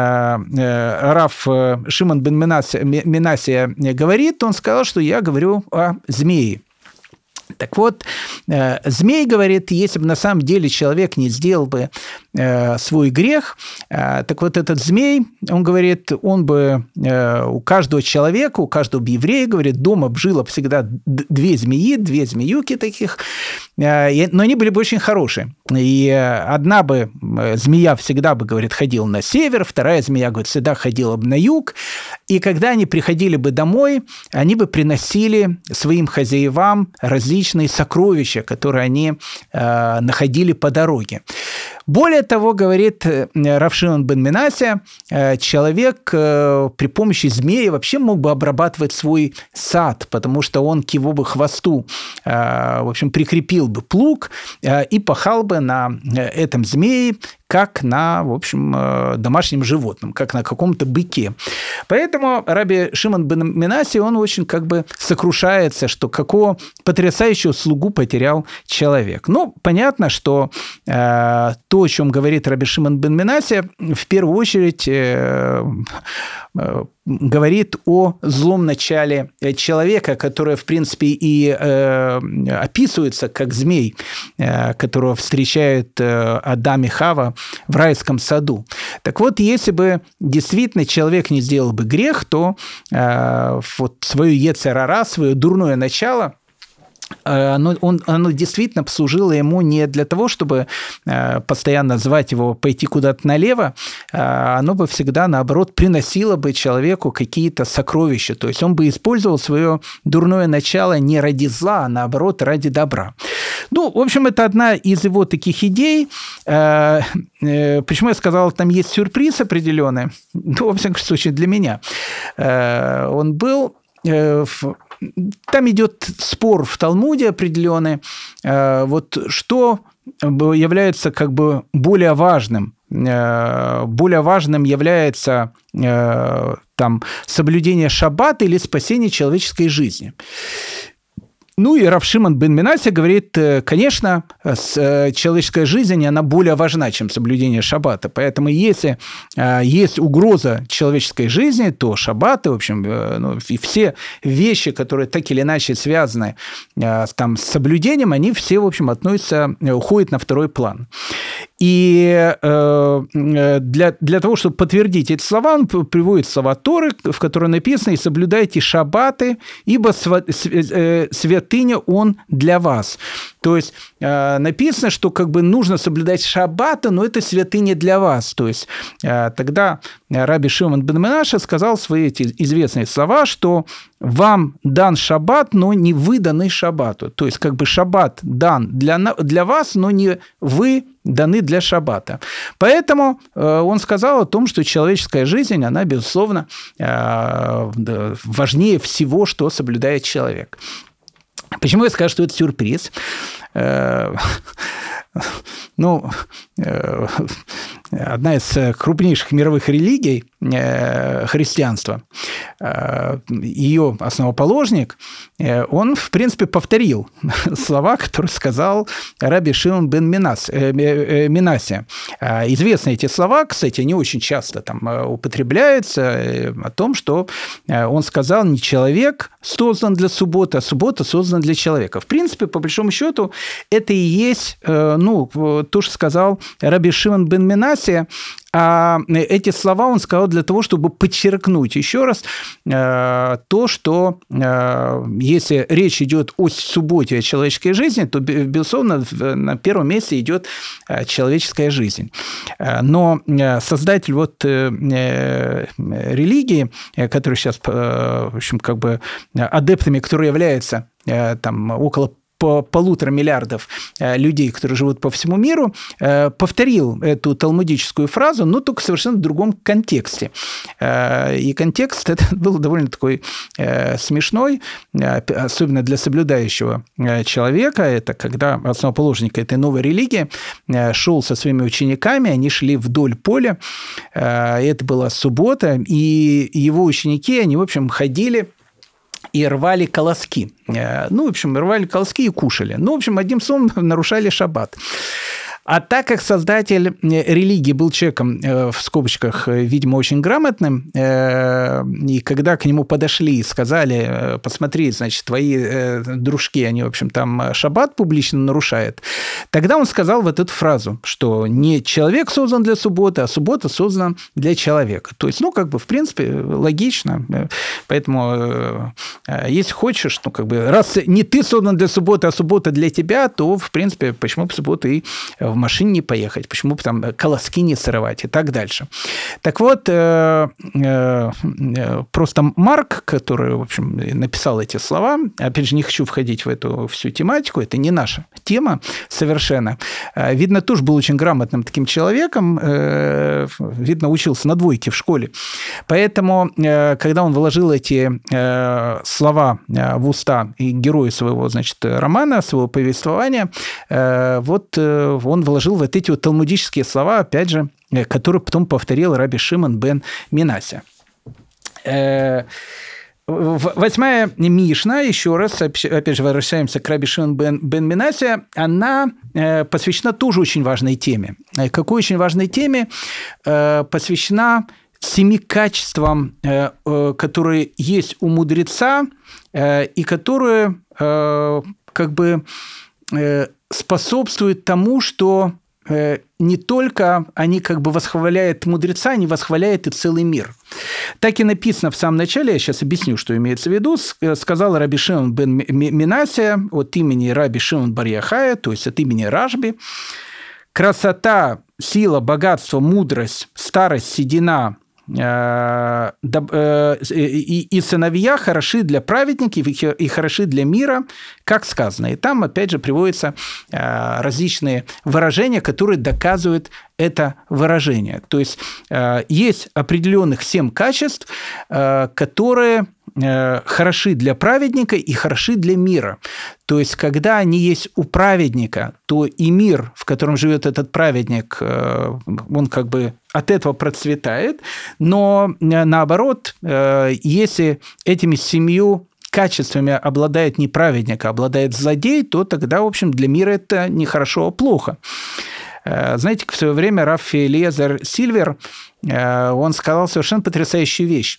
Рав Шимон бен Минасия говорит, он сказал, что я говорю о змее. Так вот, змей говорит, если бы на самом деле человек не сделал бы свой грех, так вот этот змей, он говорит, он бы у каждого человека, у каждого еврея, говорит, дома жило всегда две змеи, две змеюки таких, но они были бы очень хорошие. И одна бы змея всегда бы, говорит, ходила на север, вторая змея, говорит, всегда ходила бы на юг, и когда они приходили бы домой, они бы приносили своим хозяевам различные сокровища, которые они э, находили по дороге. Более того, говорит Рав Шимон бен Минасия, человек при помощи змеи вообще мог бы обрабатывать свой сад, потому что он к его бы хвосту, в общем, прикрепил бы плуг и пахал бы на этом змее, как на, в общем, домашнем животном, как на каком-то быке. Поэтому раби Шимон бен Минасия, он очень как бы сокрушается, что какого потрясающего слугу потерял человек. Ну, понятно, что э, то, о чем говорит раби Шимон бен Минасия, в первую очередь э, э, говорит о злом начале человека, которое, в принципе, и э, описывается как змей, э, которого встречают э, Адам и Хава в райском саду. Так вот, если бы действительно человек не сделал бы грех, то э, вот свое йецер ара, свое дурное начало, Оно, он, оно действительно послужило ему не для того, чтобы постоянно звать его пойти куда-то налево, оно бы всегда, наоборот, приносило бы человеку какие-то сокровища. То есть он бы использовал свое дурное начало не ради зла, а наоборот, ради добра. Ну, в общем, это одна из его таких идей. Почему я сказал, там есть сюрприз определенный? Ну, во всяком случае, для меня. Он был... Там идет спор в Талмуде определенный, вот что является как бы более важным. Более важным является там соблюдение шаббата или спасение человеческой жизни. Ну и Рав Шимон бен Минасия говорит, конечно, человеческая жизнь, она более важна, чем соблюдение шаббата. Поэтому если есть угроза человеческой жизни, то шаббаты, в общем, ну, и все вещи, которые так или иначе связаны там, с соблюдением, они все, в общем, относятся, уходят на второй план. И для, для того, чтобы подтвердить эти слова, он приводит слова Торы, в которой написано: «И соблюдайте шаббаты, ибо святыня он для вас». То есть написано, что как бы нужно соблюдать шаббаты, но это святыня для вас. То есть тогда Раби Шимон бен Менаше сказал свои эти известные слова, что вам дан шаббат, но не вы даны шаббату. То есть как бы шаббат дан для, для вас, но не вы даны для шаббата. Поэтому он сказал о том, что человеческая жизнь, она, безусловно, важнее всего, что соблюдает человек. Почему я скажу, что это сюрприз? Ну, одна из крупнейших мировых религий, христианство, ее основоположник, он, в принципе, повторил слова, которые сказал Раби Шимон бен Минасия. Известны эти слова, кстати, они очень часто там употребляются, о том, что он сказал: не человек создан для субботы, а суббота создана для человека. В принципе, по большому счету, это и есть, ну, то, что сказал Раби Шимон бен Минасия. А эти слова он сказал для того, чтобы подчеркнуть еще раз то, что если речь идет о субботе, о человеческой жизни, то, безусловно, на первом месте идет человеческая жизнь. Но создатель вот религии, который сейчас, в общем, как бы адептами, которые являются там около по полутора миллиардов людей, которые живут по всему миру, повторил эту талмудическую фразу, но только совершенно в другом контексте. И контекст этот был довольно такой смешной, особенно для соблюдающего человека. Это когда основоположник этой новой религии шел со своими учениками, они шли вдоль поля, это была суббота, и его ученики, они, в общем, ходили и рвали колоски. Ну, в общем, рвали колоски и кушали. Ну, в общем, одним словом, нарушали шаббат. А так как создатель религии был человеком, в скобочках, видимо, очень грамотным, и когда к нему подошли и сказали: посмотри, значит, твои дружки, они, в общем, там шаббат публично нарушают, тогда он сказал вот эту фразу, что не человек создан для субботы, а суббота создана для человека. То есть, ну, как бы, в принципе, логично. Поэтому, если хочешь, ну, как бы, раз не ты создан для субботы, а суббота для тебя, то, в принципе, почему бы субботу и в машине не поехать, почему бы там колоски не срывать и так дальше. Так вот, просто Марк, который, в общем, написал эти слова, опять же, не хочу входить в эту всю тематику, это не наша тема совершенно. Видно, тоже был очень грамотным таким человеком, видно, учился на двойке в школе. Поэтому, когда он вложил эти слова в уста героя своего, значит, романа, своего повествования, вот он вложил вот эти вот талмудические слова, опять же, которые потом повторил Раби Шимон бен Минасия. Восьмая Мишна, еще раз, опять же, возвращаемся к Раби Шимон бен, бен Минасия, она посвящена тоже очень важной теме. Какой очень важной теме? Посвящена семи качествам, которые есть у мудреца, и которые как бы способствуют тому, что не только они как бы восхваляют мудреца, они восхваляют и целый мир. Так и написано в самом начале, я сейчас объясню, что имеется в виду, сказал Раби Шимон бен Минасия от имени Раби Шимон бар Йохая, то есть от имени Рашби: красота, сила, богатство, мудрость, старость, седина и сыновья хороши для праведников и хороши для мира, как сказано. И там, опять же, приводятся различные выражения, которые доказывают это выражение. То есть есть определенных семь качеств, которые хороши для праведника и хороши для мира. То есть, когда они есть у праведника, то и мир, в котором живет этот праведник, он как бы от этого процветает. Но наоборот, если этими семью качествами обладает не праведник, а обладает злодей, то тогда, в общем, для мира это не хорошо, а плохо. Знаете, в свое время Раф Элиэзер Сильвер, он сказал совершенно потрясающую вещь.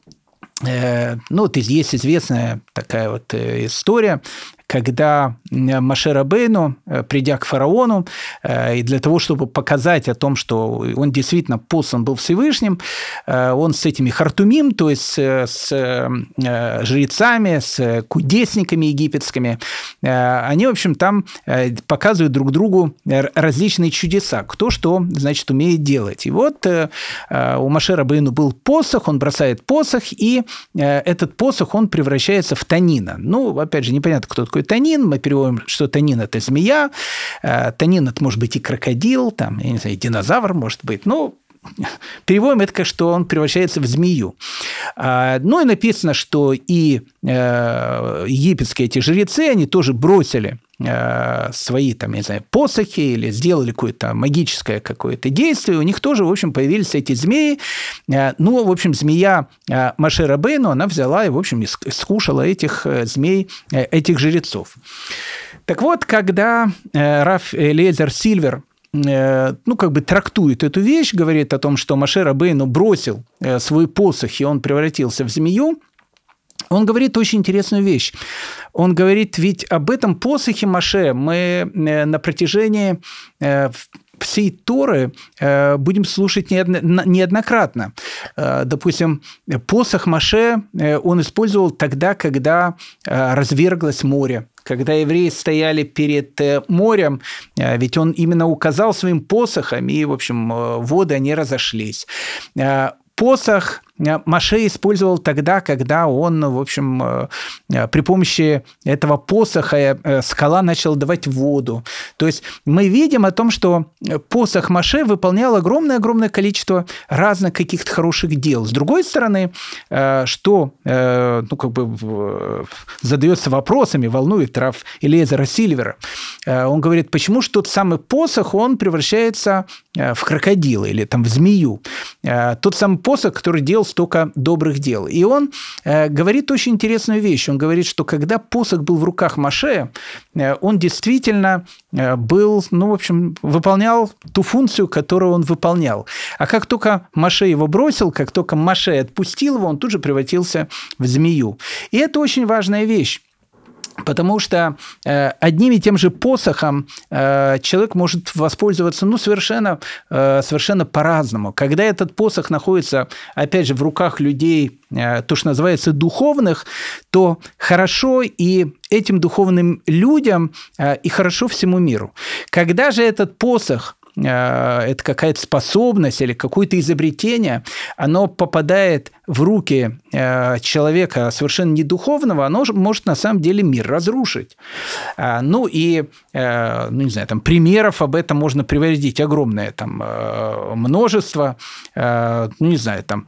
Ну, вот есть известная такая вот история, когда Моше Рабейну, придя к фараону, и для того, чтобы показать о том, что он действительно послан был Всевышним, он с этими хартумим, то есть с жрецами, с кудесниками египетскими, они, в общем, там показывают друг другу различные чудеса, кто что, значит, умеет делать. И вот у Моше Рабейну был посох, он бросает посох, и этот посох, он превращается в танина. Ну, опять же, непонятно, кто такой танин. Мы переводим, что танин – это змея. Танин – это может быть и крокодил, там, я не знаю, динозавр, может быть. Ну, переводим это, что он превращается в змею. Ну, и написано, что и египетские эти жрецы, они тоже бросили свои, там, я не знаю, посохи или сделали какое-то магическое какое-то действие, у них тоже, в общем, появились эти змеи. Ну, в общем, змея Моше Рабейну, она взяла и, в общем, скушала этих змей, этих жрецов. Так вот, когда Раф Элиэзер Сильвер ну, как бы трактует эту вещь, говорит о том, что Моше Рабейну бросил свой посох, и он превратился в змею, он говорит очень интересную вещь. Он говорит, ведь об этом посохе Моше мы на протяжении всей Торы будем слушать неоднократно. Допустим, посох Моше он использовал тогда, когда разверглось море, когда евреи стояли перед морем, ведь он именно указал своим посохом, и, в общем, воды, они разошлись. Посох Моше использовал тогда, когда он, в общем, при помощи этого посоха скала начала давать воду. То есть мы видим о том, что посох Моше выполнял огромное-огромное количество разных каких-то хороших дел. С другой стороны, что, ну, как бы задается вопросами, волнует Раф Элиэзера Сильвера. Он говорит, почему же тот самый посох, он превращается в крокодила или там в змею. Тот самый посох, который делал столько добрых дел. И он э, говорит очень интересную вещь. Он говорит, что когда посох был в руках Моше, э, он действительно э, был, ну, в общем, выполнял ту функцию, которую он выполнял. А как только Моше его бросил, как только Моше отпустил его, он тут же превратился в змею. И это очень важная вещь. Потому что э, одним и тем же посохом э, человек может воспользоваться ну, совершенно, э, совершенно по-разному. Когда этот посох находится, опять же, в руках людей, э, то, что называется, духовных, то хорошо и этим духовным людям, э, и хорошо всему миру. Когда же этот посох, это какая-то способность или какое-то изобретение, оно попадает в руки человека совершенно недуховного, оно может на самом деле мир разрушить. Ну и, ну не знаю, там примеров об этом можно приводить огромное там множество. Ну не знаю, там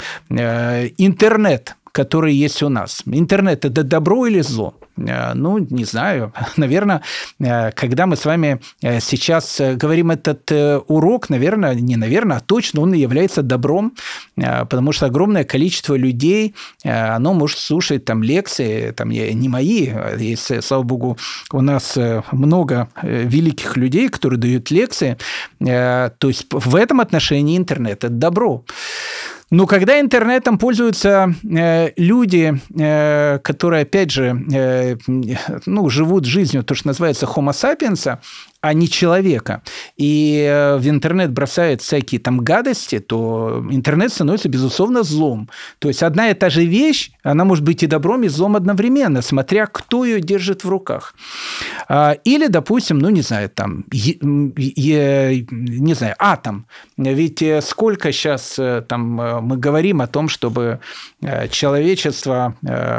интернет, который есть у нас. Интернет – это добро или зло? Ну, не знаю. Наверное, когда мы с вами сейчас говорим этот урок, наверное, не наверное, а точно он является добром, потому что огромное количество людей, оно может слушать там лекции, там не мои, есть, слава богу, у нас много великих людей, которые дают лекции. То есть в этом отношении интернет – это добро. Но когда интернетом пользуются э, люди, э, которые, опять же, э, ну, живут жизнью, то, что называется homo sapiens, а не человека, и в интернет бросают всякие там гадости, то интернет становится, безусловно, злом. То есть одна и та же вещь, она может быть и добром, и злом одновременно, смотря кто ее держит в руках. Или, допустим, ну, не знаю, там, е, е, не знаю, атом. Ведь сколько сейчас там мы говорим о том, чтобы человечество,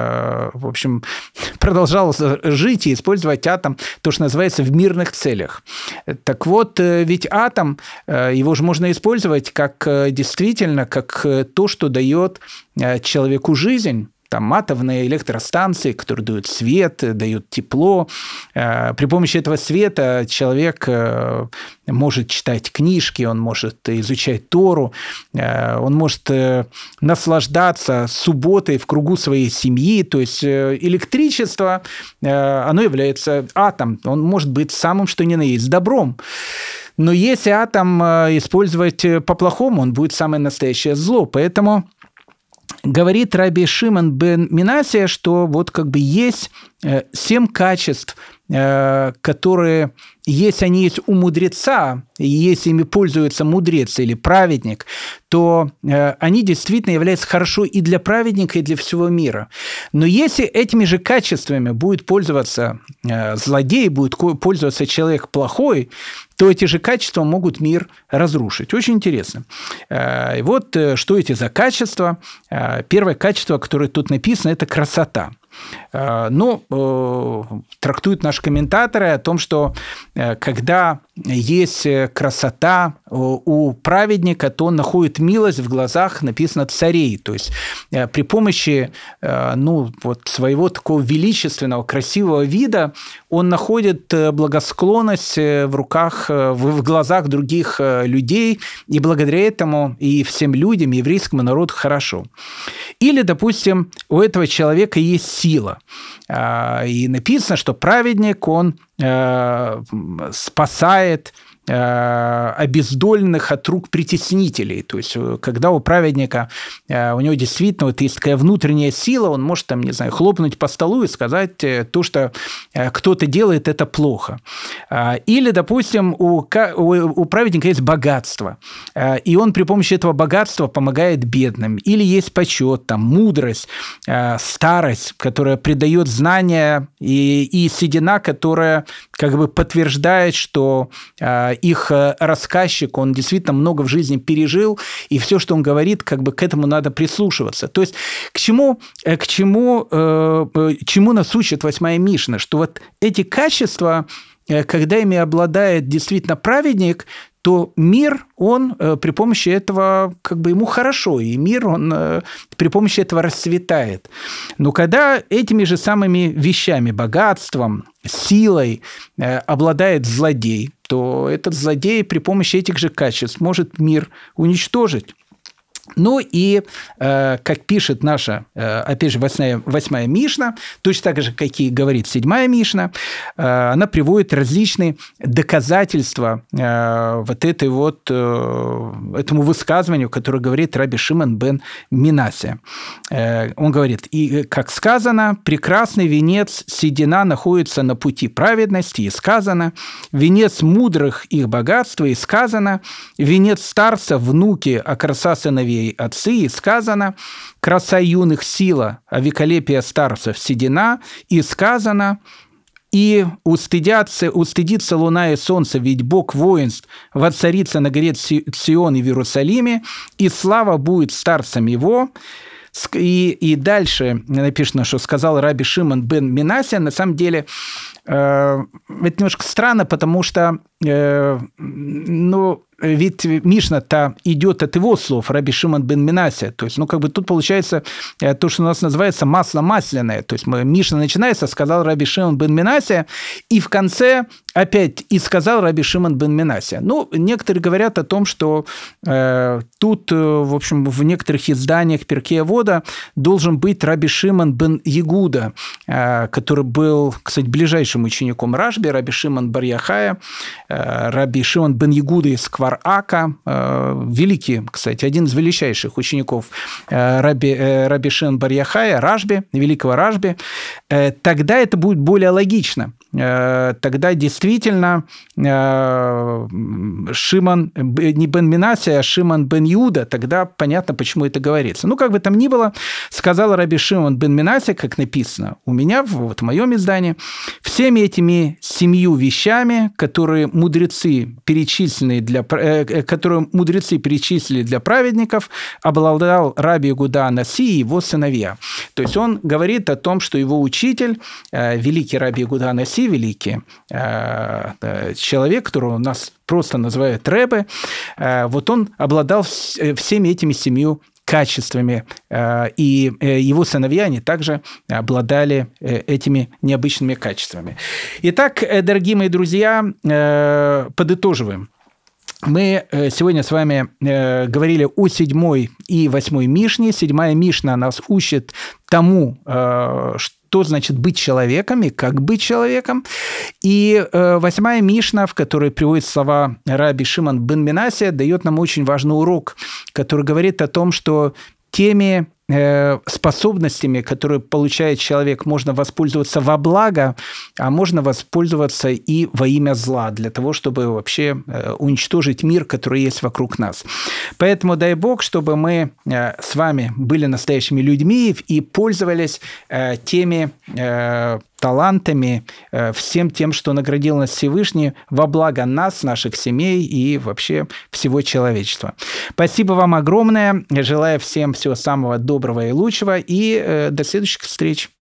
в общем, продолжало жить и использовать атом, то, что называется, в мирных целях. Так вот, ведь атом, его же можно использовать как действительно, как то, что дает человеку жизнь. там атомные электростанции, которые дают свет, дают тепло. При помощи этого света человек может читать книжки, он может изучать Тору, он может наслаждаться субботой в кругу своей семьи. То есть электричество, оно является атом, он может быть самым что ни на есть добром. Но если атом использовать по-плохому, он будет самое настоящее зло. Поэтому говорит Раби Шимон бен Минасия, что вот как бы есть семь качеств, которые, если они есть у мудреца, и если ими пользуется мудрец или праведник, то они действительно являются хорошо и для праведника, и для всего мира. Но если этими же качествами будет пользоваться злодей, будет пользоваться человек плохой, то эти же качества могут мир разрушить. Очень интересно. И вот что эти за качества. Первое качество, которое тут написано, это красота. Но э, трактуют наши комментаторы о том, что э, когда есть красота у праведника, то он находит милость в глазах, написано, царей. То есть э, при помощи э, ну, вот своего такого величественного, красивого вида он находит благосклонность в руках, в, в глазах других людей, и благодаря этому и всем людям, и еврейскому народу хорошо. Или, допустим, у этого человека есть сила. И написано, что праведник, он спасает обездоленных от рук притеснителей. То есть, когда у праведника, у него действительно вот есть такая внутренняя сила, он может, там, не знаю, хлопнуть по столу и сказать, то, что кто-то делает, это плохо. Или, допустим, у, у праведника есть богатство, и он при помощи этого богатства помогает бедным. Или есть почет, там, мудрость, старость, которая придает знания, и, и седина, которая как бы подтверждает, что их рассказчик, он действительно много в жизни пережил, и все, что он говорит, как бы к этому надо прислушиваться. То есть к чему, к чему, чему нас учит восьмая Мишна? Что вот эти качества, когда ими обладает действительно праведник, то мир, он при помощи этого, как бы ему хорошо, и мир, он при помощи этого расцветает. Но когда этими же самыми вещами, богатством, силой обладает злодей, то этот злодей при помощи этих же качеств может мир уничтожить. Ну и, как пишет наша, опять же, восьмая, восьмая Мишна, точно так же, как и говорит седьмая Мишна, она приводит различные доказательства вот этой вот, этому высказыванию, которое говорит Раби Шимон бен Минасия. Он говорит, и, как сказано, прекрасный венец седина находится на пути праведности, и сказано, венец мудрых их богатства, и сказано, венец старца внуки, а краса сыновей отцы, и сказано, краса юных сила, а великолепие старцев седина, и сказано, и устыдятся, устыдится луна и солнце, ведь Бог воинств воцарится на горе Сион и в Иерусалиме, и слава будет старцам его. И, и дальше написано, что сказал Раби Шимон бен Минасия. На самом деле, э, это немножко странно, потому что э, ну, ведь Мишна-то идет от его слов, Раби Шимон бен Минасия. То есть, ну, как бы тут получается то, что у нас называется масло масляное. То есть, Мишна начинается, сказал Раби Шимон бен Минасия, и в конце опять и сказал Раби Шимон бен Минасия. Ну, некоторые говорят о том, что э, тут, в общем, в некоторых изданиях Перкея Вода должен быть Раби Шимон бен Ягуда, э, который был, кстати, ближайшим учеником Рашби, Раби Шимон бар Яхая, э, Раби Шимон бен Ягуда из Квар Ака, великий, кстати, один из величайших учеников Раби, Раби Шимон бар Яхая, Рашби, великого Рашби, тогда это будет более логично. Тогда действительно Шимон, не бен Минасия, а Шимон бен Иуда, тогда понятно, почему это говорится. Ну, как бы там ни было, сказал Раби Шимон бен Минасия, как написано у меня, вот в моем издании, всеми этими семью вещами, которые мудрецы перечислены для, которые мудрецы перечислили для праведников, обладал Раби Ягуда Анаси и его сыновья. То есть он говорит о том, что его учитель, великий Раби Ягуда Анаси, великий человек, которого у нас просто называют Ребе, вот он обладал всеми этими семью качествами, и его сыновья, они также обладали этими необычными качествами. Итак, дорогие мои друзья, подытоживаем. Мы сегодня с вами говорили о седьмой и восьмой Мишне. Седьмая Мишна нас учит тому, что значит быть человеком и как быть человеком. И восьмая Мишна, в которой приводят слова раби Шимон бен Менасия, дает нам очень важный урок, который говорит о том, что теми способностями, которые получает человек, можно воспользоваться во благо, а можно воспользоваться и во имя зла, для того, чтобы вообще уничтожить мир, который есть вокруг нас. Поэтому дай Бог, чтобы мы с вами были настоящими людьми и пользовались теми талантами, всем тем, что наградил нас Всевышний, во благо нас, наших семей и вообще всего человечества. Спасибо вам огромное. Желаю всем всего самого доброго и лучшего. И до следующих встреч.